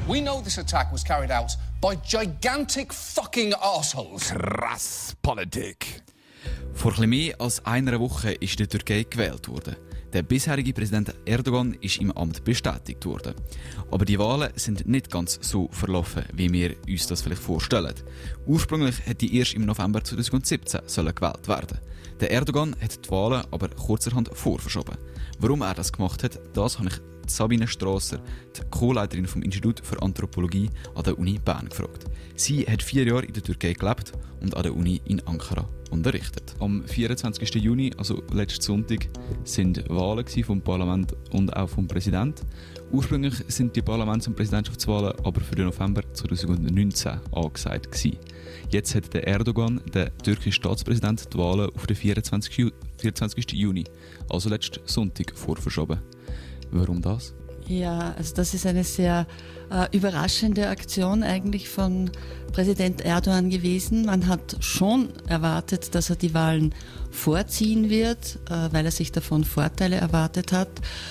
We know this attack was carried out by gigantic fucking assholes. Krass Politik. Vor etwas mehr als einer Woche ist in der Türkei gewählt worden. Der bisherige Präsident Erdogan ist im Amt bestätigt worden. Aber die Wahlen sind nicht ganz so verlaufen, wie wir uns das vielleicht vorstellen. Ursprünglich hätte die erst im November 2017 gewählt werden. Der Erdogan hat die Wahlen aber kurzerhand vorverschoben. Warum er das gemacht hat, das habe ich Sabine Strasser, die Co-Leiterin vom Institut für Anthropologie an der Uni Bern, gefragt. Sie hat 4 Jahre in der Türkei gelebt und an der Uni in Ankara unterrichtet. Am 24. Juni, also letzten Sonntag, sind Wahlen vom Parlament und auch vom Präsidenten. Ursprünglich sind die Parlaments- und Präsidentschaftswahlen aber für den November 2019 angesagt gewesen. Jetzt hat der Erdogan, der türkische Staatspräsident, die Wahlen auf den 24. Juni, also letzten Sonntag, vorverschoben. Warum das? Ja, also das ist eine sehr überraschende Aktion eigentlich von Präsident Erdogan gewesen. Man hat schon erwartet, dass er die Wahlen vorziehen wird, weil er sich davon Vorteile erwartet hat.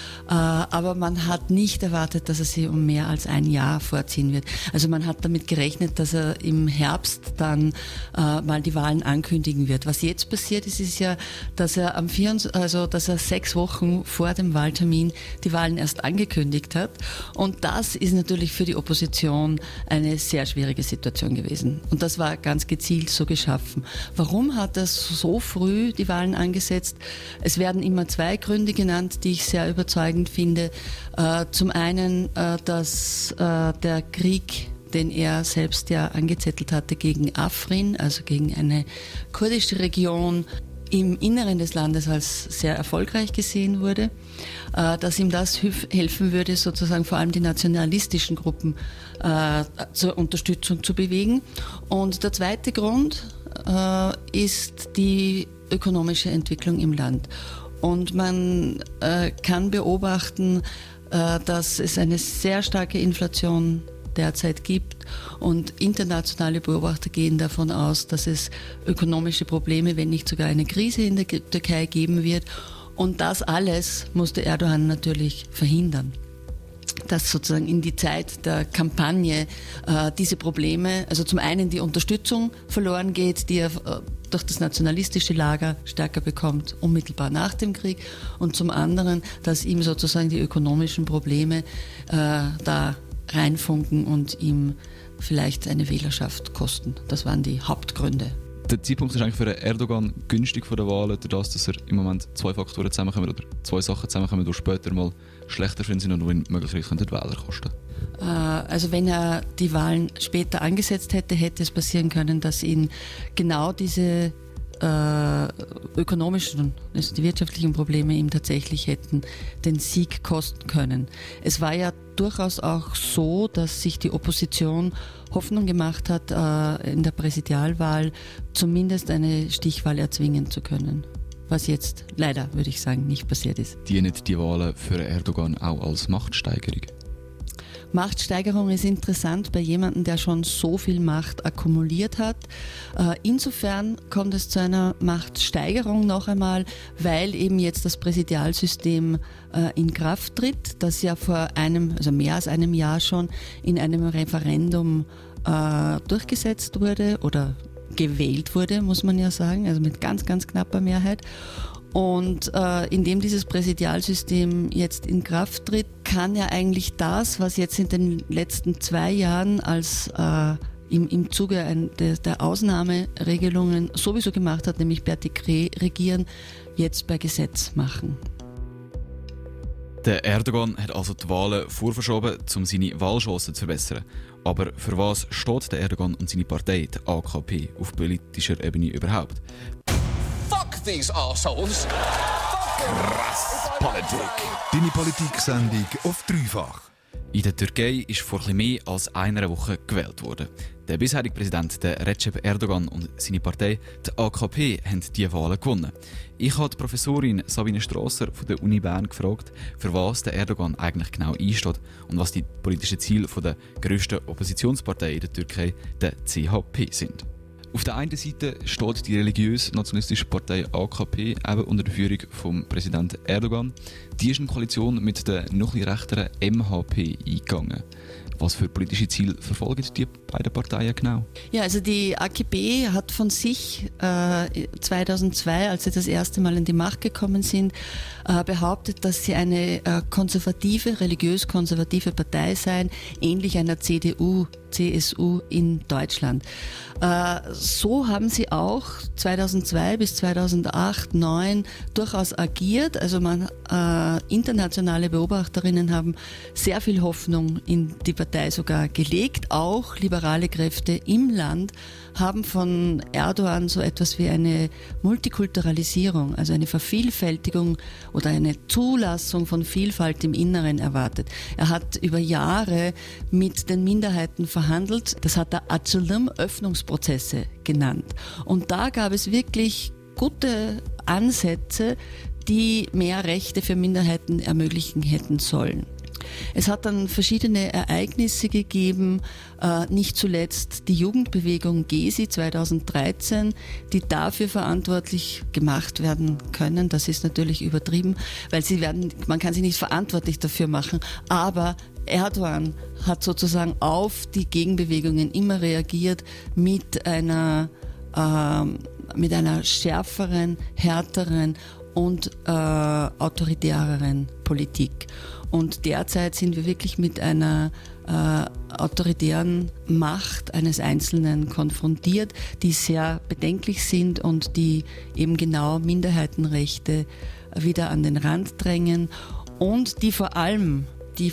Aber man hat nicht erwartet, dass er sie um mehr als ein Jahr vorziehen wird. Also man hat damit gerechnet, dass er im Herbst dann mal die Wahlen ankündigen wird. Was jetzt passiert ist, ist ja, dass er dass er 6 Wochen vor dem Wahltermin die Wahlen erst angekündigt hat. Und das ist natürlich für die Opposition eine sehr schwierige Situation gewesen. Und das war ganz gezielt so geschaffen. Warum hat er so früh die Wahlen angesetzt? Es werden immer 2 Gründe genannt, die ich sehr überzeugend finde. Zum einen, dass der Krieg, den er selbst ja angezettelt hatte gegen Afrin, also gegen eine kurdische Region, im Inneren des Landes als sehr erfolgreich gesehen wurde, dass ihm das helfen würde, sozusagen vor allem die nationalistischen Gruppen zur Unterstützung zu bewegen. Und der zweite Grund ist die ökonomische Entwicklung im Land. Und man kann beobachten, dass es eine sehr starke Inflation derzeit gibt und internationale Beobachter gehen davon aus, dass es ökonomische Probleme, wenn nicht sogar eine Krise in der Türkei geben wird. Und das alles musste Erdogan natürlich verhindern. Dass sozusagen in die Zeit der Kampagne diese Probleme, also zum einen die Unterstützung verloren geht, die er durch das nationalistische Lager stärker bekommt, unmittelbar nach dem Krieg, und zum anderen, dass ihm sozusagen die ökonomischen Probleme da reinfunken und ihm vielleicht eine Wählerschaft kosten. Das waren die Hauptgründe. Der Zeitpunkt ist eigentlich für Erdogan günstig vor der Wahl, dadurch, dass er im Moment 2 Faktoren zusammenkommen oder 2 Sachen zusammenkommen, die später mal schlechter sind und die möglicherweise die Wähler kosten. Also wenn er die Wahlen später angesetzt hätte, hätte es passieren können, dass ihn genau diese ökonomischen, also die wirtschaftlichen Probleme ihm tatsächlich hätten den Sieg kosten können. Es war ja durchaus auch so, dass sich die Opposition Hoffnung gemacht hat, in der Präsidialwahl zumindest eine Stichwahl erzwingen zu können. Was jetzt leider, würde ich sagen, nicht passiert ist. Dienen die Wahlen für Erdogan auch als Machtsteigerung? Machtsteigerung ist interessant bei jemandem, der schon so viel Macht akkumuliert hat. Insofern kommt es zu einer Machtsteigerung noch einmal, weil eben jetzt das Präsidialsystem in Kraft tritt, das ja vor mehr als einem Jahr schon in einem Referendum durchgesetzt wurde oder gewählt wurde, muss man ja sagen, also mit ganz, ganz knapper Mehrheit. Und indem dieses Präsidialsystem jetzt in Kraft tritt, kann ja eigentlich das, was jetzt in den letzten 2 Jahren als im Zuge der Ausnahmeregelungen sowieso gemacht hat, nämlich per Dekret regieren, jetzt per Gesetz machen. Der Erdogan hat also die Wahlen vorverschoben, um seine Wahlchancen zu verbessern. Aber für was steht der Erdogan und seine Partei, die AKP, auf politischer Ebene überhaupt? Fuck these assholes. Krass Politik. Deine Politik-Sendung auf dreifach. In der Türkei ist vor etwas mehr als einer Woche gewählt worden. Der bisherige Präsident, der Recep Erdogan, und seine Partei, die AKP, haben diese Wahlen gewonnen. Ich habe die Professorin Sabine Strasser von der Uni Bern gefragt, für was der Erdogan eigentlich genau einsteht und was die politischen Ziele der grössten Oppositionspartei in der Türkei, der CHP, sind. Auf der einen Seite steht die religiös-nationalistische Partei AKP eben unter der Führung vom Präsidenten Erdogan. Die ist in Koalition mit der noch etwas rechteren MHP eingegangen. Was für politische Ziele verfolgen die beiden Parteien genau? Ja, also die AKP hat von sich 2002, als sie das erste Mal in die Macht gekommen sind, behauptet, dass sie eine konservative, religiös-konservative Partei seien, ähnlich einer CDU, CSU in Deutschland. So haben sie auch 2002 bis 2008, 2009 durchaus agiert. Also internationale Beobachterinnen haben sehr viel Hoffnung in die Partei sogar gelegt. Auch liberale Kräfte im Land haben von Erdogan so etwas wie eine Multikulturalisierung, also eine Vervielfältigung oder eine Zulassung von Vielfalt im Inneren erwartet. Er hat über Jahre mit den Minderheiten verhandelt. Das hat er Açılım, Öffnungsprozesse genannt. Und da gab es wirklich gute Ansätze, die mehr Rechte für Minderheiten ermöglichen hätten sollen. Es hat dann verschiedene Ereignisse gegeben, nicht zuletzt die Jugendbewegung GESI 2013, die dafür verantwortlich gemacht werden können. Das ist natürlich übertrieben, weil man kann sie nicht verantwortlich dafür machen, aber Erdogan hat sozusagen auf die Gegenbewegungen immer reagiert mit einer schärferen, härteren und autoritäreren Politik. Und derzeit sind wir wirklich mit einer autoritären Macht eines Einzelnen konfrontiert, die sehr bedenklich sind und die eben genau Minderheitenrechte wieder an den Rand drängen und die vor allem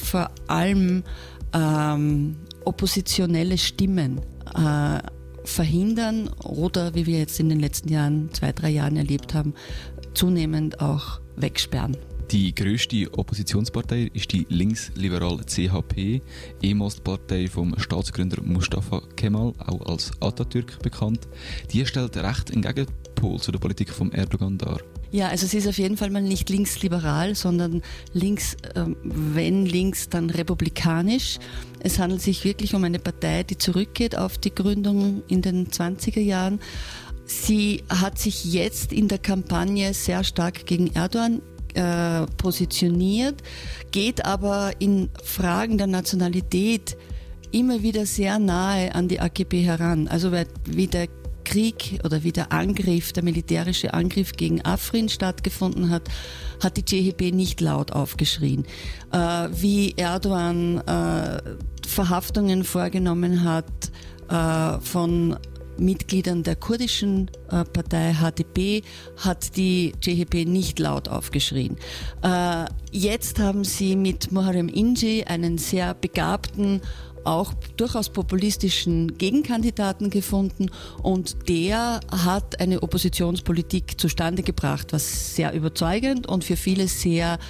oppositionelle Stimmen verhindern oder, wie wir jetzt in den letzten Jahren, 2-3 Jahren erlebt haben, zunehmend auch wegsperren. Die grösste Oppositionspartei ist die linksliberale CHP, ehemals die Partei vom Staatsgründer Mustafa Kemal, auch als Atatürk bekannt. Die stellt recht einen Gegenpol zu der Politik von Erdogan dar. Ja, also sie ist auf jeden Fall mal nicht linksliberal, sondern links, wenn links, dann republikanisch. Es handelt sich wirklich um eine Partei, die zurückgeht auf die Gründung in den 20er Jahren. Sie hat sich jetzt in der Kampagne sehr stark gegen Erdogan positioniert, geht aber in Fragen der Nationalität immer wieder sehr nahe an die AKP heran. Also wie der Krieg oder wie der Angriff, der militärische Angriff gegen Afrin stattgefunden hat, hat die CHP nicht laut aufgeschrien. Wie Erdogan Verhaftungen vorgenommen hat von Mitgliedern der kurdischen Partei HDP, hat die CHP nicht laut aufgeschrien. Jetzt haben sie mit Muharrem İnce einen sehr begabten, auch durchaus populistischen Gegenkandidaten gefunden und der hat eine Oppositionspolitik zustande gebracht, was sehr überzeugend und für viele sehr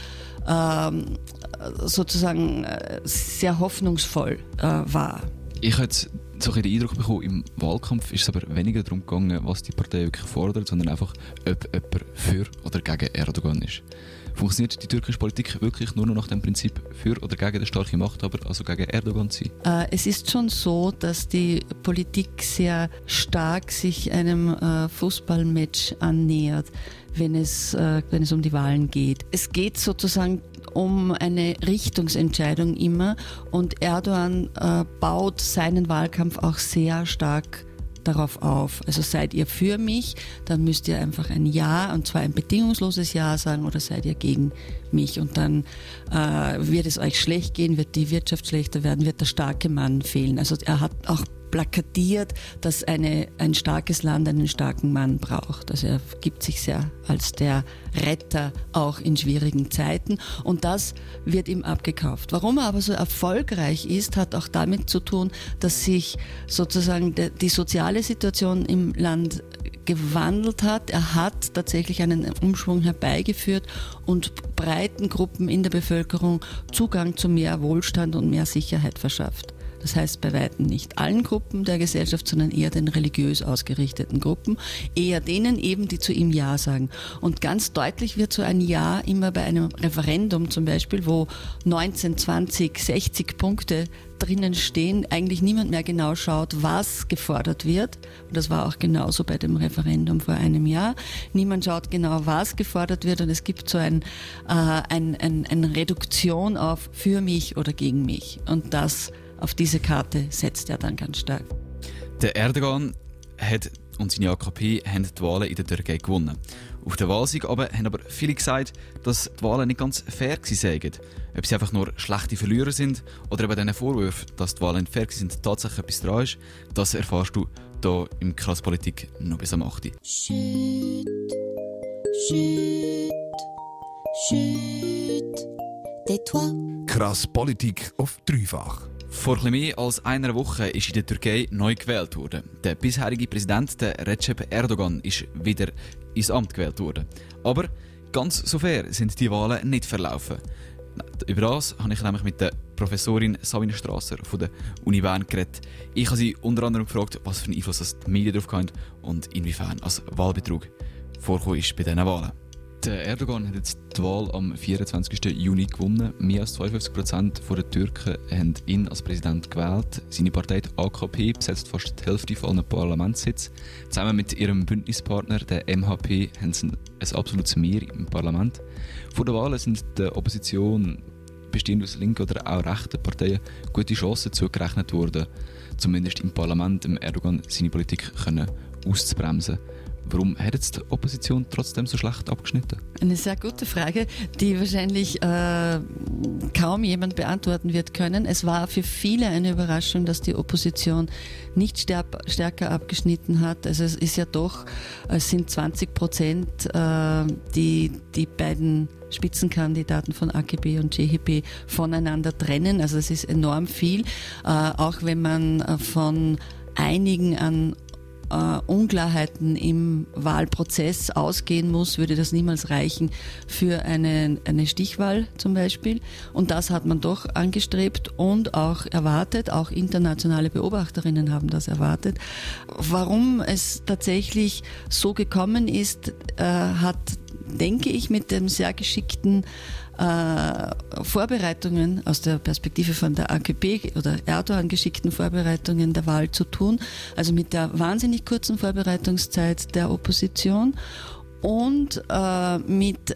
sehr hoffnungsvoll war. Ich habe jetzt so den Eindruck bekommen, im Wahlkampf ist es aber weniger darum gegangen, was die Partei wirklich fordert, sondern einfach, ob jemand für oder gegen Erdogan ist. Funktioniert die türkische Politik wirklich nur noch nach dem Prinzip für oder gegen den starken Machthaber, also gegen Erdogan zu sein? Es ist schon so, dass die Politik sehr stark sich einem Fußballmatch annähert, wenn es um die Wahlen geht. Es geht sozusagen um eine Richtungsentscheidung immer und Erdogan baut seinen Wahlkampf auch sehr stark darauf auf. Also seid ihr für mich, dann müsst ihr einfach ein Ja, und zwar ein bedingungsloses Ja sagen, oder seid ihr gegen mich. Und dann wird es euch schlecht gehen, wird die Wirtschaft schlechter werden, wird der starke Mann fehlen. Also er hat auch plakatiert, dass ein starkes Land einen starken Mann braucht. Also er gibt sich sehr als der Retter auch in schwierigen Zeiten und das wird ihm abgekauft. Warum er aber so erfolgreich ist, hat auch damit zu tun, dass sich sozusagen die soziale Situation im Land gewandelt hat. Er hat tatsächlich einen Umschwung herbeigeführt und breiten Gruppen in der Bevölkerung Zugang zu mehr Wohlstand und mehr Sicherheit verschafft. Das heißt bei weitem nicht allen Gruppen der Gesellschaft, sondern eher den religiös ausgerichteten Gruppen, eher denen eben, die zu ihm Ja sagen. Und ganz deutlich wird so ein Ja immer bei einem Referendum zum Beispiel, wo 19, 20, 60 Punkte drinnen stehen, eigentlich niemand mehr genau schaut, was gefordert wird. Und das war auch genauso bei dem Referendum vor einem Jahr. Niemand schaut genau, was gefordert wird und es gibt so eine Reduktion auf für mich oder gegen mich. Und das auf diese Karte setzt er dann ganz stark. Der Erdogan und seine AKP haben die Wahlen in der Türkei gewonnen. Auf der Wahlsieg haben aber viele gesagt, dass die Wahlen nicht ganz fair seien. Ob sie einfach nur schlechte Verlierer sind oder eben diesen Vorwürfen, dass die Wahlen nicht fair sind, tatsächlich etwas dran ist, das erfährst du hier im Krass Politik noch bis am 8. Chut, chut, chut, tais-toi. Krass Politik auf dreifach. Vor etwas mehr als einer Woche ist in der Türkei neu gewählt worden. Der bisherige Präsident, der Recep Erdogan, ist wieder ins Amt gewählt worden. Aber ganz so fair sind die Wahlen nicht verlaufen. Über das habe ich nämlich mit der Professorin Sabine Strasser von der Uni Bern geredet. Ich habe sie unter anderem gefragt, was für einen Einfluss die Medien darauf haben und inwiefern als Wahlbetrug vorgekommen ist bei diesen Wahlen. Der Erdogan hat jetzt die Wahl am 24. Juni gewonnen. Mehr als 52% der Türken haben ihn als Präsident gewählt. Seine Partei, die AKP, besetzt fast die Hälfte von allen Parlamentssitzen. Zusammen mit ihrem Bündnispartner, der MHP, haben sie ein absolutes Mehr im Parlament. Vor den Wahlen sind der Opposition, bestehend aus linken oder auch rechten Parteien, gute Chancen zugerechnet worden, zumindest im Parlament dem Erdogan seine Politik auszubremsen. Warum hat jetzt die Opposition trotzdem so schlecht abgeschnitten? Eine sehr gute Frage, die wahrscheinlich kaum jemand beantworten wird können. Es war für viele eine Überraschung, dass die Opposition nicht stärker abgeschnitten hat. Also es ist ja doch, es sind 20%, die beiden Spitzenkandidaten von AKP und CHP voneinander trennen. Also es ist enorm viel, auch wenn man von einigen an Unklarheiten im Wahlprozess ausgehen muss, würde das niemals reichen für eine Stichwahl zum Beispiel. Und das hat man doch angestrebt und auch erwartet. Auch internationale Beobachterinnen haben das erwartet. Warum es tatsächlich so gekommen ist, hat, denke ich, mit dem sehr geschickten Vorbereitungen aus der Perspektive von der AKP oder Erdogan geschickten Vorbereitungen der Wahl zu tun, also mit der wahnsinnig kurzen Vorbereitungszeit der Opposition und mit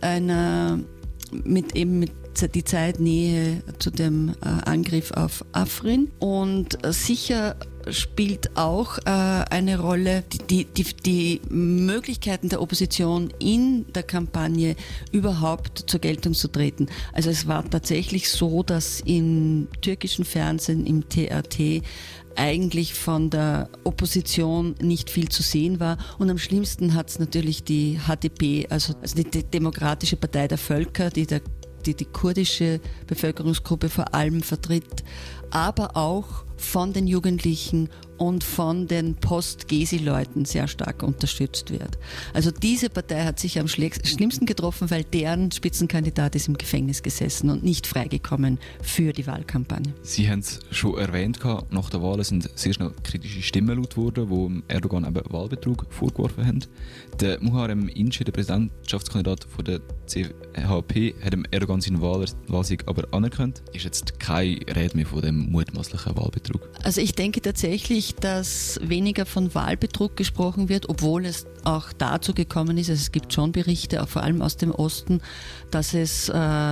die Zeitnähe zu dem Angriff auf Afrin. Und sicher spielt auch eine Rolle die Möglichkeiten der Opposition in der Kampagne überhaupt zur Geltung zu treten. Also es war tatsächlich so, dass im türkischen Fernsehen, im TRT, eigentlich von der Opposition nicht viel zu sehen war. Und am schlimmsten hat es natürlich die HDP, also die Demokratische Partei der Völker, die kurdische Bevölkerungsgruppe vor allem vertritt, aber auch von den Jugendlichen und von den Post-Gezi-Leuten sehr stark unterstützt wird. Also diese Partei hat sich am schlimmsten getroffen, weil deren Spitzenkandidat ist im Gefängnis gesessen und nicht freigekommen für die Wahlkampagne. Sie haben es schon erwähnt, nach der Wahl sind sehr schnell kritische Stimmen laut worden, die Erdogan eben Wahlbetrug vorgeworfen haben. Der Muharrem Ince, der Präsidentschaftskandidat von der CHP, hat dem Erdogan seinen Wahlsieg aber anerkannt. Ist jetzt keine Rede mehr von dem mutmaßlichen Wahlbetrug? Also ich denke tatsächlich, dass weniger von Wahlbetrug gesprochen wird, obwohl es auch dazu gekommen ist. Also es gibt schon Berichte, auch vor allem aus dem Osten, dass es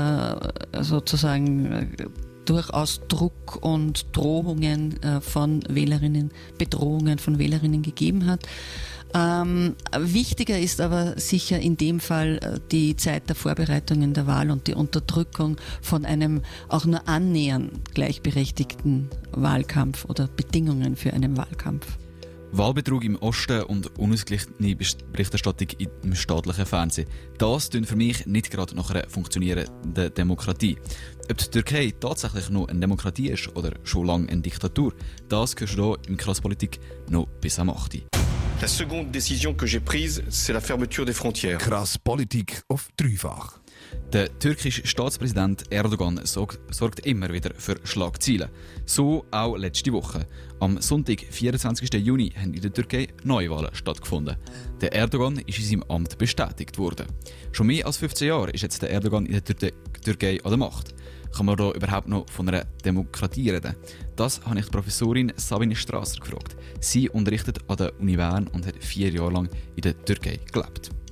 sozusagen durchaus Druck und Drohungen von Wählerinnen, Bedrohungen von Wählerinnen gegeben hat. Wichtiger ist aber sicher in dem Fall die Zeit der Vorbereitungen der Wahl und die Unterdrückung von einem auch nur annähernd gleichberechtigten Wahlkampf oder Bedingungen für einen Wahlkampf. Wahlbetrug im Osten und unausgeglichene Berichterstattung im staatlichen Fernsehen. Das klingt für mich nicht gerade nach einer funktionierenden Demokratie. Ob die Türkei tatsächlich noch eine Demokratie ist oder schon lange eine Diktatur, das hörst du hier im Krass Politik noch bis am 8. La seconde décision que j'ai prise, c'est la fermeture des frontières. Krass Politik auf dreifach. Der türkische Staatspräsident Erdogan sorgt immer wieder für Schlagzeilen. So auch letzte Woche. Am Sonntag, 24. Juni, haben in der Türkei Neuwahlen stattgefunden. Der Erdogan ist in seinem Amt bestätigt worden. Schon mehr als 15 Jahre ist jetzt der Erdogan in der Türkei an der Macht. Kann man da überhaupt noch von einer Demokratie reden? Das habe ich die Professorin Sabine Strasser gefragt. Sie unterrichtet an der Uni Bern und hat 4 Jahre lang in der Türkei gelebt.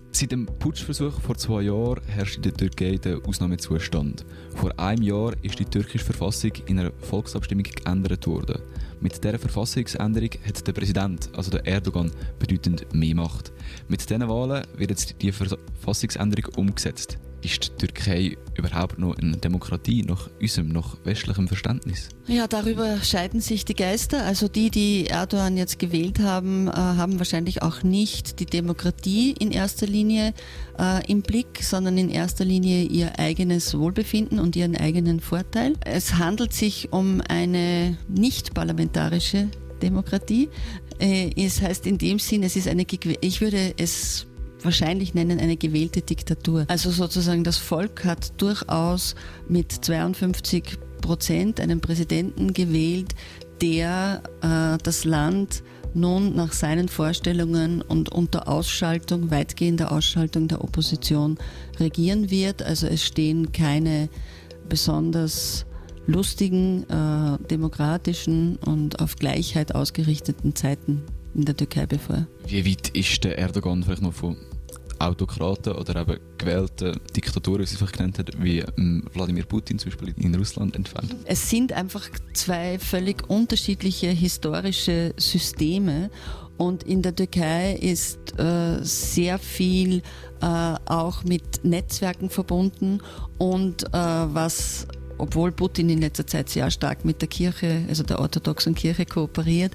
Seit dem Putschversuch vor 2 Jahren herrscht in der Türkei der Ausnahmezustand. Vor einem Jahr ist die türkische Verfassung in einer Volksabstimmung geändert worden. Mit dieser Verfassungsänderung hat der Präsident, also der Erdogan, bedeutend mehr Macht. Mit diesen Wahlen wird jetzt die Verfassungsänderung umgesetzt. Ist die Türkei überhaupt noch eine Demokratie nach unserem, nach westlichem Verständnis? Ja, darüber scheiden sich die Geister. Also die Erdogan jetzt gewählt haben, haben wahrscheinlich auch nicht die Demokratie in erster Linie im Blick, sondern in erster Linie ihr eigenes Wohlbefinden und ihren eigenen Vorteil. Es handelt sich um eine nicht parlamentarische Demokratie. Es heißt in dem Sinn, es ist ich würde es wahrscheinlich nennen, eine gewählte Diktatur. Also sozusagen das Volk hat durchaus mit 52% einen Präsidenten gewählt, der das Land nun nach seinen Vorstellungen und unter weitgehender Ausschaltung der Opposition regieren wird. Also es stehen keine besonders lustigen, demokratischen und auf Gleichheit ausgerichteten Zeiten in der Türkei bevor. Wie weit ist der Erdogan vielleicht noch von Autokraten oder eben gewählten Diktatoren, wie sie es vielleicht genannt hat, wie Wladimir Putin zum Beispiel in Russland entfernt? Es sind einfach zwei völlig unterschiedliche historische Systeme und in der Türkei ist sehr viel auch mit Netzwerken verbunden und obwohl Putin in letzter Zeit sehr stark mit der Kirche, also der orthodoxen Kirche kooperiert,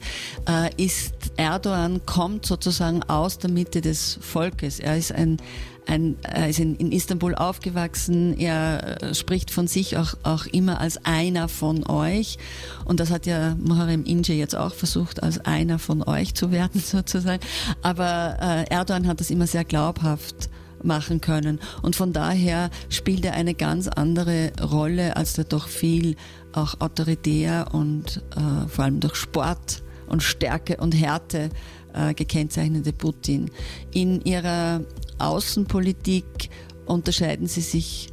kommt sozusagen aus der Mitte des Volkes. Er ist in Istanbul aufgewachsen, er spricht von sich auch immer als einer von euch und das hat ja Muharrem İnce jetzt auch versucht, als einer von euch zu werden sozusagen, aber Erdogan hat das immer sehr glaubhaft machen können und von daher spielt er eine ganz andere Rolle als der doch viel auch autoritär und vor allem durch Sport und Stärke und Härte gekennzeichnete Putin. In ihrer Außenpolitik unterscheiden sie sich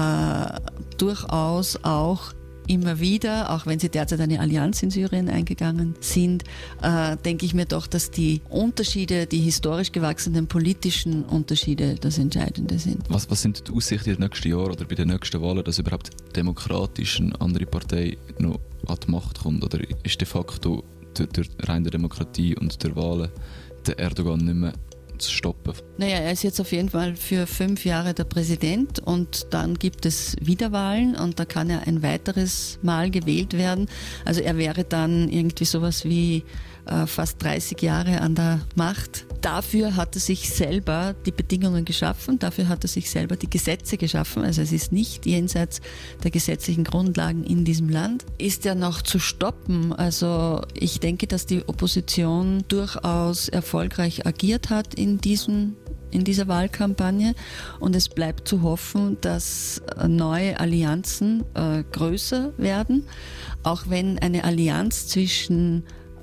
durchaus auch immer wieder, auch wenn sie derzeit eine Allianz in Syrien eingegangen sind, denke ich mir doch, dass die Unterschiede, die historisch gewachsenen politischen Unterschiede das Entscheidende sind. Was sind die Aussichten in den nächsten Jahren oder bei den nächsten Wahlen, dass überhaupt demokratisch eine andere Partei noch an die Macht kommt? Oder ist de facto durch reine Demokratie und der Wahlen der Erdogan nicht mehr zu stoppen? Naja, er ist jetzt auf jeden Fall für 5 Jahre der Präsident und dann gibt es Wiederwahlen und da kann er ein weiteres Mal gewählt werden. Also er wäre dann irgendwie sowas wie fast 30 Jahre an der Macht. Dafür hat er sich selber die Bedingungen geschaffen, dafür hat er sich selber die Gesetze geschaffen. Also es ist nicht jenseits der gesetzlichen Grundlagen in diesem Land. Ist er noch zu stoppen? Also ich denke, dass die Opposition durchaus erfolgreich agiert hat in dieser Wahlkampagne und es bleibt zu hoffen, dass neue Allianzen größer werden, auch wenn eine Allianz zwischen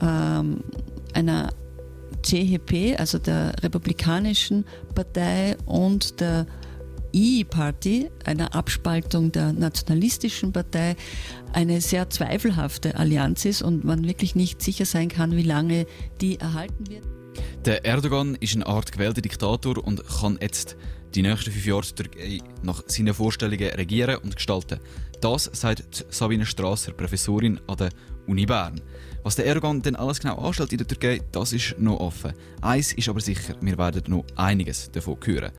einer CHP, also der Republikanischen Partei und der II-Party, einer Abspaltung der Nationalistischen Partei, eine sehr zweifelhafte Allianz ist und man wirklich nicht sicher sein kann, wie lange die erhalten wird. Der Erdogan ist eine Art gewählter Diktator und kann jetzt die nächsten 5 Jahre die Türkei nach seinen Vorstellungen regieren und gestalten. Das sagt Sabine Strasser, Professorin an der Uni Bern. Was der Erdogan denn alles genau anstellt in der Türkei, das ist noch offen. Eins ist aber sicher, wir werden noch einiges davon hören.